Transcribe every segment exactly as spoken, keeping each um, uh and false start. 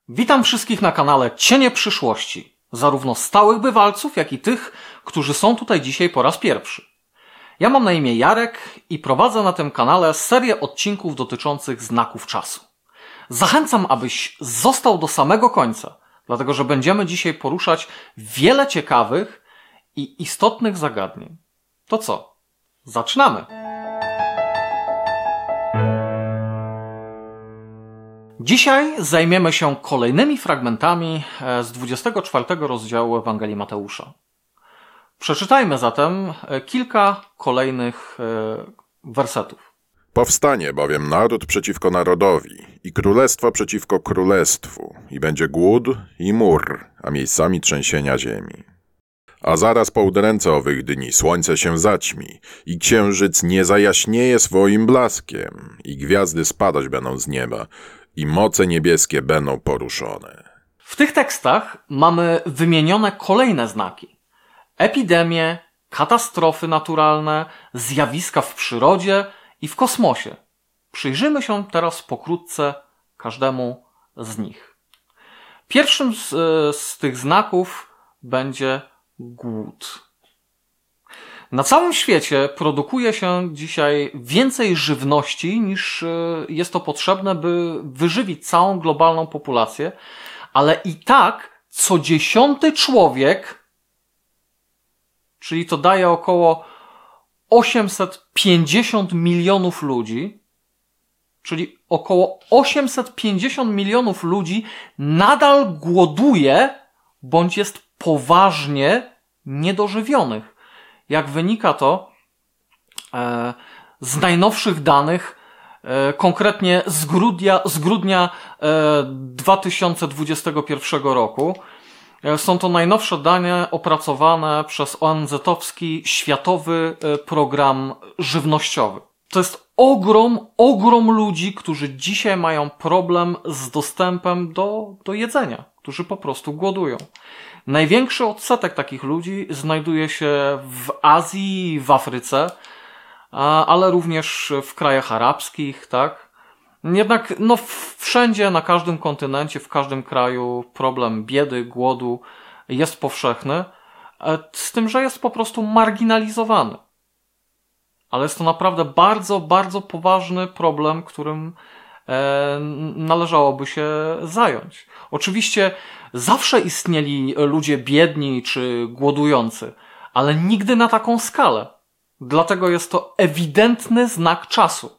Witam wszystkich na kanale Cienie Przyszłości, zarówno stałych bywalców, jak i tych, którzy są tutaj dzisiaj po raz pierwszy. Ja mam na imię Jarek i prowadzę na tym kanale serię odcinków dotyczących znaków czasu. Zachęcam, abyś został do samego końca, dlatego że będziemy dzisiaj poruszać wiele ciekawych i istotnych zagadnień. To co? Zaczynamy! Dzisiaj zajmiemy się kolejnymi fragmentami z dwudziestego czwartego rozdziału Ewangelii Mateusza. Przeczytajmy zatem kilka kolejnych wersetów. Powstanie bowiem naród przeciwko narodowi i królestwo przeciwko królestwu i będzie głód i mur, a miejscami trzęsienia ziemi. A zaraz po udręce owych dni słońce się zaćmi i księżyc nie zajaśnieje swoim blaskiem i gwiazdy spadać będą z nieba i moce niebieskie będą poruszone. W tych tekstach mamy wymienione kolejne znaki. Epidemie, katastrofy naturalne, zjawiska w przyrodzie i w kosmosie. Przyjrzymy się teraz pokrótce każdemu z nich. Pierwszym z, z tych znaków będzie głód. Na całym świecie produkuje się dzisiaj więcej żywności niż jest to potrzebne, by wyżywić całą globalną populację, ale i tak co dziesiąty człowiek, czyli to daje około osiemset pięćdziesiąt milionów ludzi, czyli około osiemset pięćdziesiąt milionów ludzi nadal głoduje bądź jest poważnie niedożywionych. Jak wynika to e, z najnowszych danych, e, konkretnie z grudnia, z grudnia e, dwa tysiące dwudziestego pierwszego roku. E, są to najnowsze dane opracowane przez O N Z-owski Światowy Program Żywnościowy. To jest ogrom, ogrom ludzi, którzy dzisiaj mają problem z dostępem do, do jedzenia, którzy po prostu głodują. Największy odsetek takich ludzi znajduje się w Azji, w Afryce, ale również w krajach arabskich, tak? Jednak no wszędzie, na każdym kontynencie, w każdym kraju problem biedy, głodu jest powszechny, z tym, że jest po prostu marginalizowany. Ale jest to naprawdę bardzo, bardzo poważny problem, którym e, należałoby się zająć. Oczywiście zawsze istnieli ludzie biedni czy głodujący, ale nigdy na taką skalę. Dlatego jest to ewidentny znak czasu.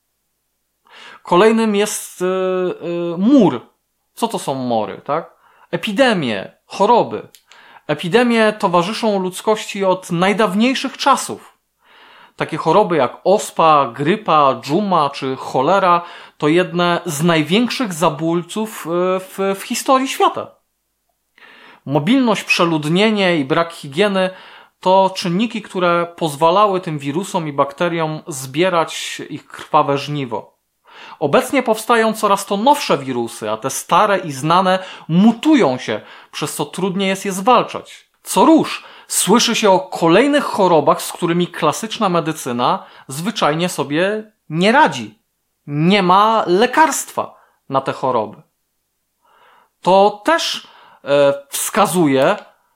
Kolejnym jest y, y, mur. Co to są mory, tak? Epidemie, choroby. Epidemie towarzyszą ludzkości od najdawniejszych czasów. Takie choroby jak ospa, grypa, dżuma czy cholera to jedne z największych zabójców w, w historii świata. Mobilność, przeludnienie i brak higieny to czynniki, które pozwalały tym wirusom i bakteriom zbierać ich krwawe żniwo. Obecnie powstają coraz to nowsze wirusy, a te stare i znane mutują się, przez co trudniej jest je zwalczać. Co rusz słyszy się o kolejnych chorobach, z którymi klasyczna medycyna zwyczajnie sobie nie radzi. Nie ma lekarstwa na te choroby. To też e, wskazuje,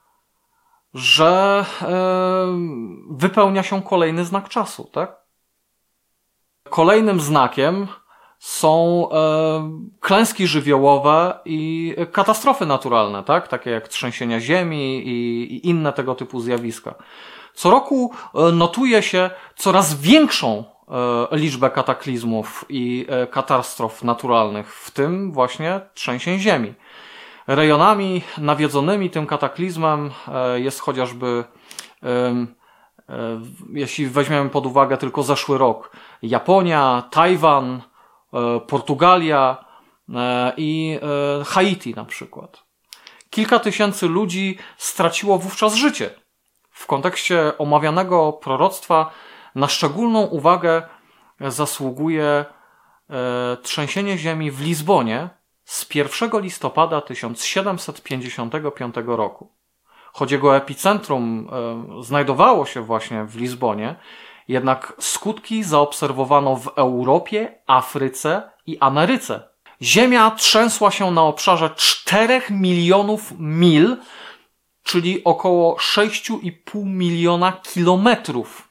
że e, wypełnia się kolejny znak czasu, tak? Kolejnym znakiem są e, klęski żywiołowe i katastrofy naturalne, tak? Takie jak trzęsienia ziemi i, i inne tego typu zjawiska. Co roku e, notuje się coraz większą e, liczbę kataklizmów i e, katastrof naturalnych, w tym właśnie trzęsień ziemi. Rejonami nawiedzonymi tym kataklizmem e, jest chociażby, e, e, jeśli weźmiemy pod uwagę tylko zeszły rok, Japonia, Tajwan, Portugalia i Haiti na przykład. Kilka tysięcy ludzi straciło wówczas życie. W kontekście omawianego proroctwa na szczególną uwagę zasługuje trzęsienie ziemi w Lizbonie z pierwszego listopada tysiąc siedemset pięćdziesiątego piątego roku. Choć jego epicentrum znajdowało się właśnie w Lizbonie, jednak skutki zaobserwowano w Europie, Afryce i Ameryce. Ziemia trzęsła się na obszarze czterech milionów mil, czyli około sześć i pół miliona kilometrów.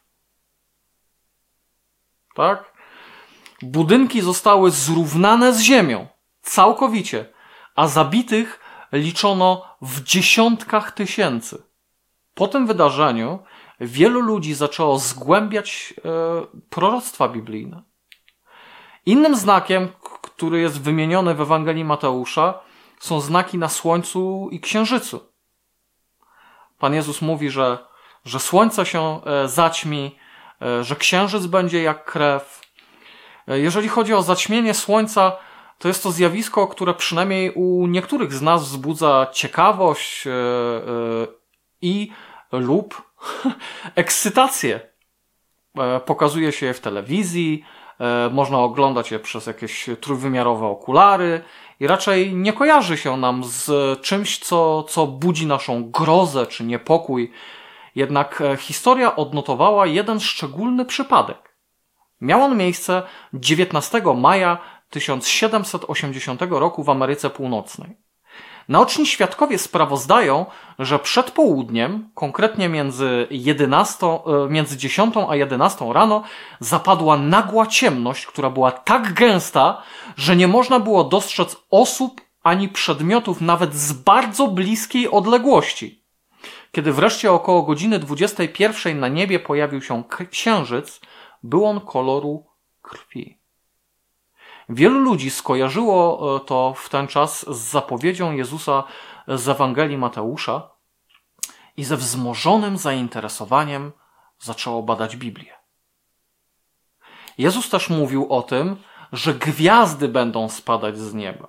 Tak? Budynki zostały zrównane z ziemią. Całkowicie. A zabitych liczono w dziesiątkach tysięcy. Po tym wydarzeniu wielu ludzi zaczęło zgłębiać e, proroctwa biblijne. Innym znakiem, który jest wymieniony w Ewangelii Mateusza, są znaki na słońcu i księżycu. Pan Jezus mówi, że, że słońce się e, zaćmi, e, że księżyc będzie jak krew. E, jeżeli chodzi o zaćmienie słońca, to jest to zjawisko, które przynajmniej u niektórych z nas wzbudza ciekawość e, e, i lub ekscytację. E, pokazuje się je w telewizji, e, można oglądać je przez jakieś trójwymiarowe okulary i raczej nie kojarzy się nam z czymś, co, co budzi naszą grozę czy niepokój. Jednak e, historia odnotowała jeden szczególny przypadek. Miał on miejsce dziewiętnastego maja tysiąc siedemset osiemdziesiątego roku w Ameryce Północnej. Naoczni świadkowie sprawozdają, że przed południem, konkretnie między, jedenastą, między dziesiątą a jedenastą rano, zapadła nagła ciemność, która była tak gęsta, że nie można było dostrzec osób ani przedmiotów nawet z bardzo bliskiej odległości. Kiedy wreszcie około godziny dwudziestej pierwszej na niebie pojawił się księżyc, był on koloru krwi. Wielu ludzi skojarzyło to w ten czas z zapowiedzią Jezusa z Ewangelii Mateusza i ze wzmożonym zainteresowaniem zaczęło badać Biblię. Jezus też mówił o tym, że gwiazdy będą spadać z nieba.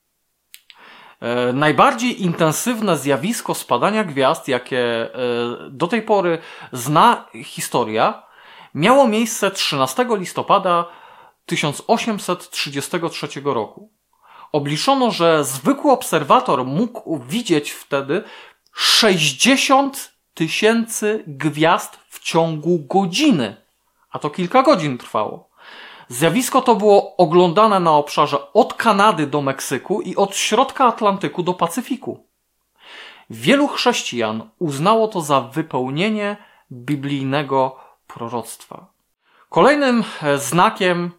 Najbardziej intensywne zjawisko spadania gwiazd, jakie do tej pory zna historia, miało miejsce trzynastego listopada tysiąc osiemset trzydziestego trzeciego roku. Obliczono, że zwykły obserwator mógł widzieć wtedy sześćdziesiąt tysięcy gwiazd w ciągu godziny, a to kilka godzin trwało. Zjawisko to było oglądane na obszarze od Kanady do Meksyku i od środka Atlantyku do Pacyfiku. Wielu chrześcijan uznało to za wypełnienie biblijnego proroctwa. Kolejnym znakiem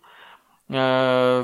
e,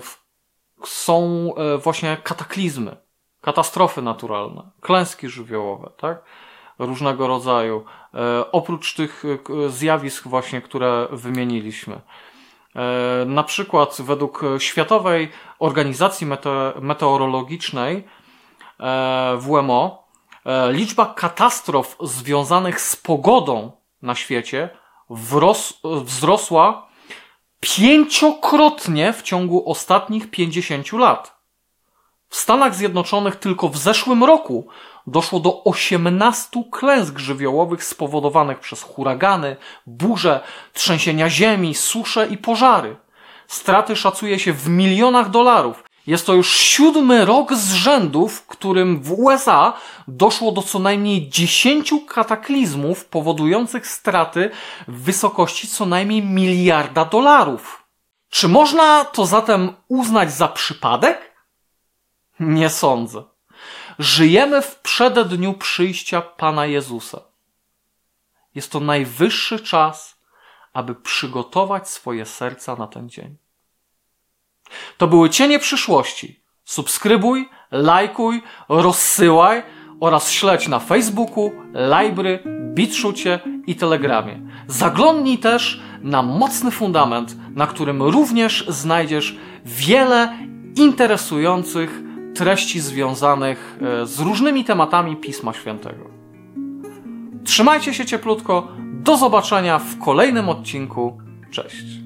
są właśnie kataklizmy, katastrofy naturalne, klęski żywiołowe, tak? Różnego rodzaju. E, oprócz tych zjawisk właśnie, które wymieniliśmy. E, na przykład według Światowej Organizacji Mete- Meteorologicznej e, W M O e, liczba katastrof związanych z pogodą na świecie wros- wzrosła pięciokrotnie w ciągu ostatnich pięćdziesięciu lat. W Stanach Zjednoczonych tylko w zeszłym roku doszło do osiemnastu klęsk żywiołowych spowodowanych przez huragany, burze, trzęsienia ziemi, susze i pożary. Straty szacuje się w milionach dolarów. Jest to już siódmy rok z rzędu, w którym w U S A doszło do co najmniej dziesięciu kataklizmów powodujących straty w wysokości co najmniej miliarda dolarów. Czy można to zatem uznać za przypadek? Nie sądzę. Żyjemy w przededniu przyjścia Pana Jezusa. Jest to najwyższy czas, aby przygotować swoje serca na ten dzień. To były Cienie Przyszłości. Subskrybuj, lajkuj, rozsyłaj oraz śledź na Facebooku, Libry, BitChucie i Telegramie. Zaglądnij też na mocny fundament, na którym również znajdziesz wiele interesujących treści związanych z różnymi tematami Pisma Świętego. Trzymajcie się cieplutko. Do zobaczenia w kolejnym odcinku. Cześć.